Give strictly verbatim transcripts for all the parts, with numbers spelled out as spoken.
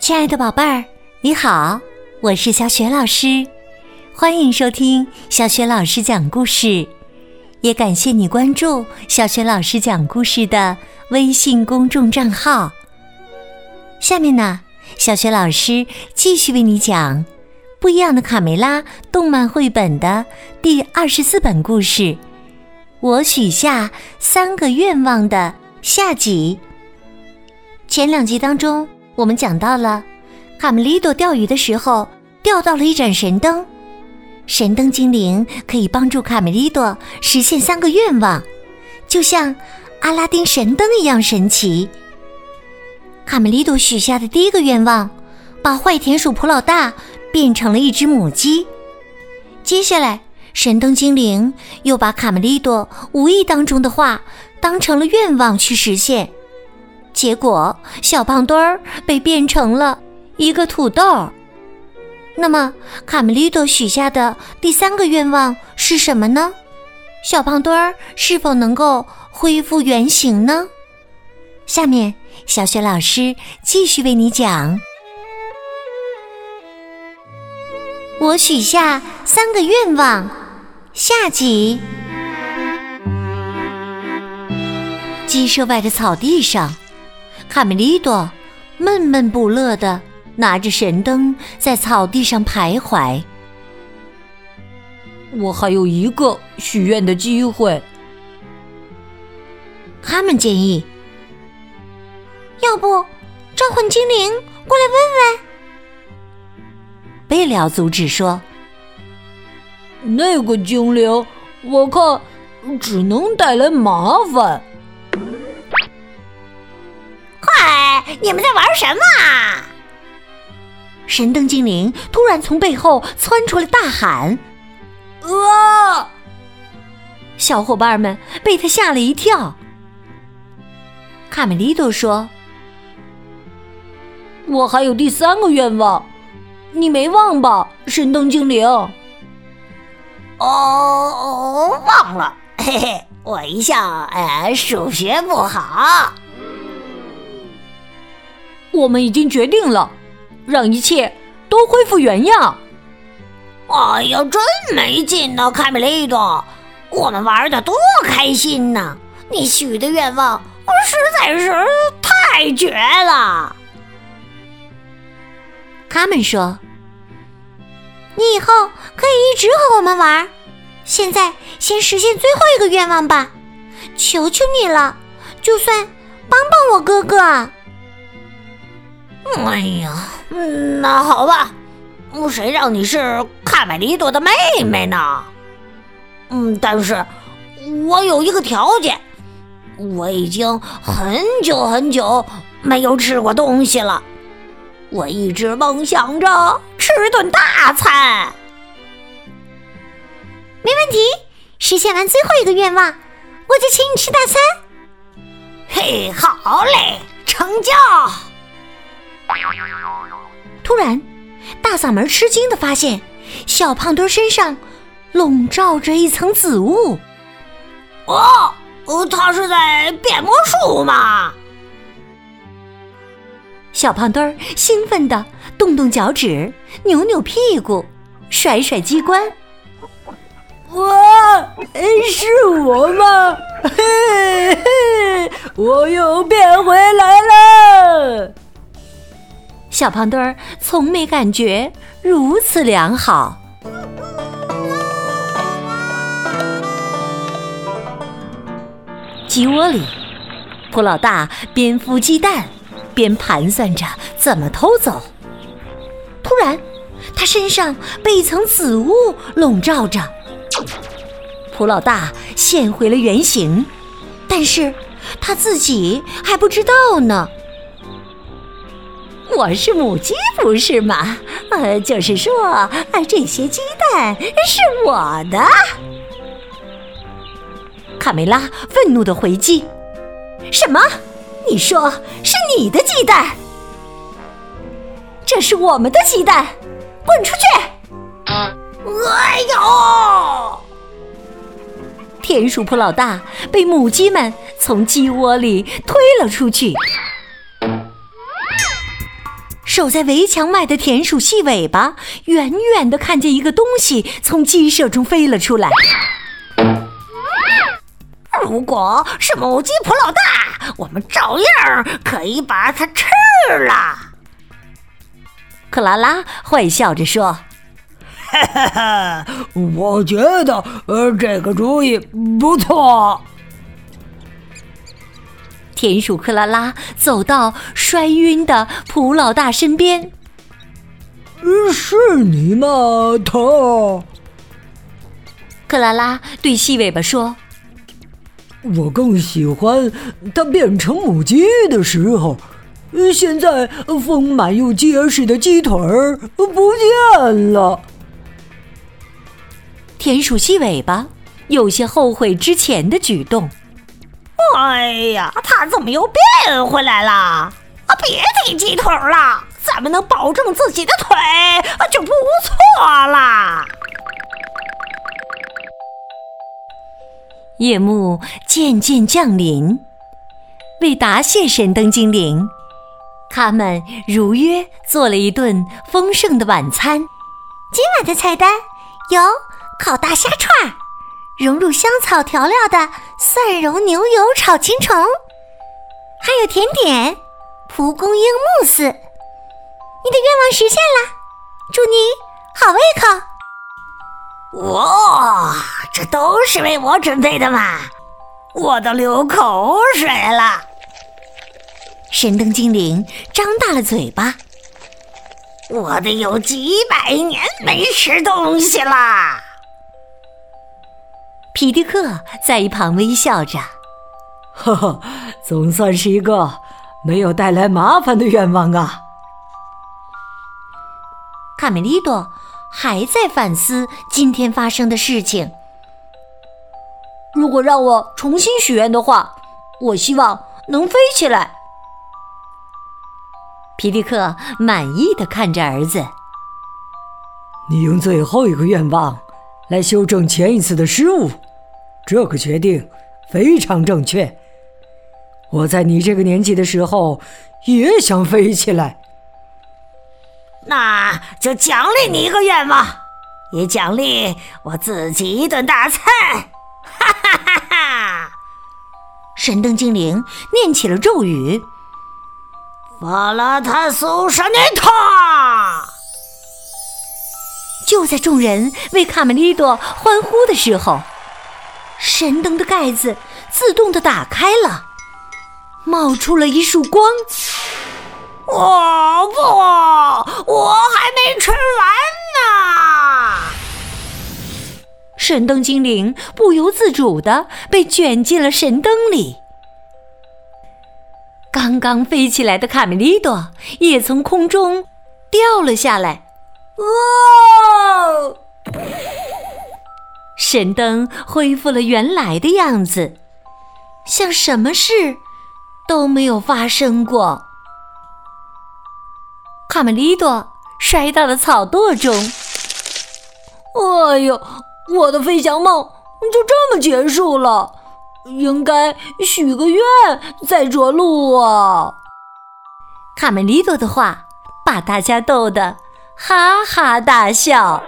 亲爱的宝贝儿，你好，我是小雪老师，欢迎收听小雪老师讲故事，也感谢你关注小雪老师讲故事的微信公众账号。下面呢，小雪老师继续为你讲不一样的卡梅拉动漫绘本的第二十四本故事，我许下三个愿望的下集。前两集当中，我们讲到了卡梅利多钓鱼的时候钓到了一盏神灯，神灯精灵可以帮助卡梅利多实现三个愿望，就像阿拉丁神灯一样神奇。卡梅利多许下的第一个愿望，把坏田鼠普老大变成了一只母鸡。接下来神灯精灵又把卡梅利多无意当中的话当成了愿望去实现，结果小胖墩儿被变成了一个土豆。那么卡梅利多许下的第三个愿望是什么呢？小胖墩儿是否能够恢复原形呢？下面小雪老师继续为你讲我许下三个愿望下集。鸡舍外的草地上，卡梅利多闷闷不乐地拿着神灯在草地上徘徊。 我还有一个许愿的机会。 他们建议，要不召唤精灵过来问问？贝里奥阻止说， 那个精灵我看只能带来麻烦。 快，你们在玩什么啊？ 神灯精灵突然从背后窜出来大喊， 啊！ 小伙伴们被他吓了一跳。卡梅利多说， 我还有第三个愿望，你没忘吧，神灯精灵？ 哦，忘了，嘿嘿，我一向呃数学不好。 我们已经决定了，让一切都恢复原样。 哎呀，真没劲呢，卡梅利多，我们玩得多开心呢！你许的愿望实在是太绝了。 他们说，你以后可以一直和我们玩，现在先实现最后一个愿望吧，求求你了，就算帮帮我哥哥。 哎呀，那好吧，谁让你是卡梅利多的妹妹呢？嗯，但是我有一个条件，我已经很久很久没有吃过东西了，我一直梦想着吃顿大餐。 没问题，实现完最后一个愿望，我就请你吃大餐。 嘿，好嘞，成交。 突然，大嗓门吃惊地发现，小胖墩身上笼罩着一层紫雾。 哦，他是在变魔术吗？ 小胖墩兴奋地动动脚趾，扭扭屁股，甩甩机关。 哇，是我吗？嘿嘿，我又变回来了。 小胖墩儿从没感觉如此良好。鸡窝里，普老大边孵鸡蛋边盘算着怎么偷走。突然，他身上被一层紫雾笼罩着。普老大现回了原形，但是他自己还不知道呢。我是母鸡不是吗？呃，就是说，呃，这些鸡蛋是我的。卡梅拉愤怒地回击：什么？你说是你的鸡蛋？这是我们的鸡蛋，滚出去！ 哎呦！ 田鼠普老大被母鸡们从鸡窝里推了出去。 守在围墙外的田鼠细尾巴远远地看见一个东西从鸡舍中飞了出来。 如果是母鸡普老大，我们照样可以把它吃了。 克拉拉坏笑着说： 哈哈哈，我觉得呃这个主意不错。 田鼠克拉拉走到摔晕的普老大身边。 是你吗，头？ 克拉拉对细尾巴说： 我更喜欢它变成母鸡的时候。现在丰满又结实的鸡腿儿不见了。 田鼠细尾巴有些后悔之前的举动。 哎呀，它怎么又变回来了？啊，别提鸡腿了，咱们能保证自己的腿就不错啦。 夜幕渐渐降临，为答谢神灯精灵，他们如约做了一顿丰盛的晚餐。 今晚的菜单有烤大虾串，融入香草调料的蒜蓉牛油炒青虫，还有甜点蒲公英慕斯。你的愿望实现了，祝你好胃口。 哇，这都是为我准备的嘛，我都流口水了。 神灯精灵张大了嘴巴， 我得有几百年没吃东西啦。 皮迪克在一旁微笑着， 呵呵，总算是一个没有带来麻烦的愿望啊。 卡梅利多还在反思今天发生的事情。 如果让我重新许愿的话，我希望能飞起来。 皮迪克满意地看着儿子， 你用最后一个愿望来修正前一次的失误，这个决定非常正确。我在你这个年纪的时候也想飞起来。 那就奖励你一个愿望，也奖励我自己一顿大餐。哈哈哈哈！ 神灯精灵念起了咒语： 法拉塔苏沙尼塔。 就在众人为卡梅利多欢呼的时候，神灯的盖子自动地打开了，冒出了一束光。 我不，我还没吃完呢！ 神灯精灵不由自主地被卷进了神灯里。刚刚飞起来的卡梅利多也从空中掉了下来。 哦！ 神灯恢复了原来的样子，像什么事都没有发生过。卡梅利多摔到了草垛中。 哎呦，我的飞翔梦就这么结束了，应该许个愿再着陆啊。 卡梅利多的话把大家逗得哈哈大笑。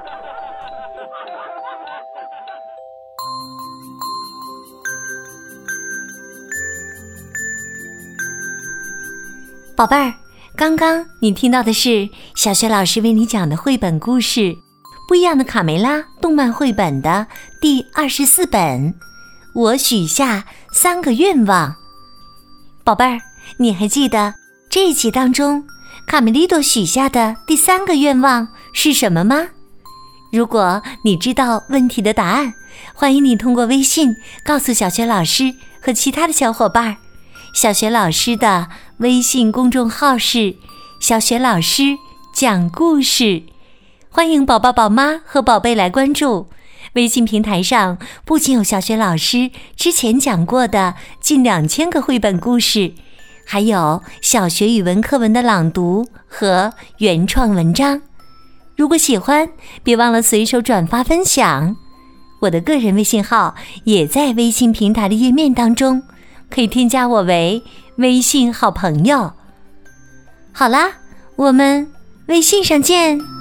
宝贝儿，刚刚你听到的是小雪老师为你讲的绘本故事《不一样的卡梅拉》动漫绘本的第二十四本，我许下三个愿望。宝贝儿，你还记得这一集当中卡梅利多许下的第三个愿望是什么吗？如果你知道问题的答案，欢迎你通过微信告诉小雪老师和其他的小伙伴。小雪老师的微信公众号是小雪老师讲故事，欢迎宝宝宝妈和宝贝来关注。微信平台上不仅有小雪老师之前讲过的近两千个绘本故事，还有小学语文课文的朗读和原创文章。如果喜欢，别忘了随手转发分享。我的个人微信号也在微信平台的页面当中，可以添加我为微信好朋友。好啦， 我们微信上见。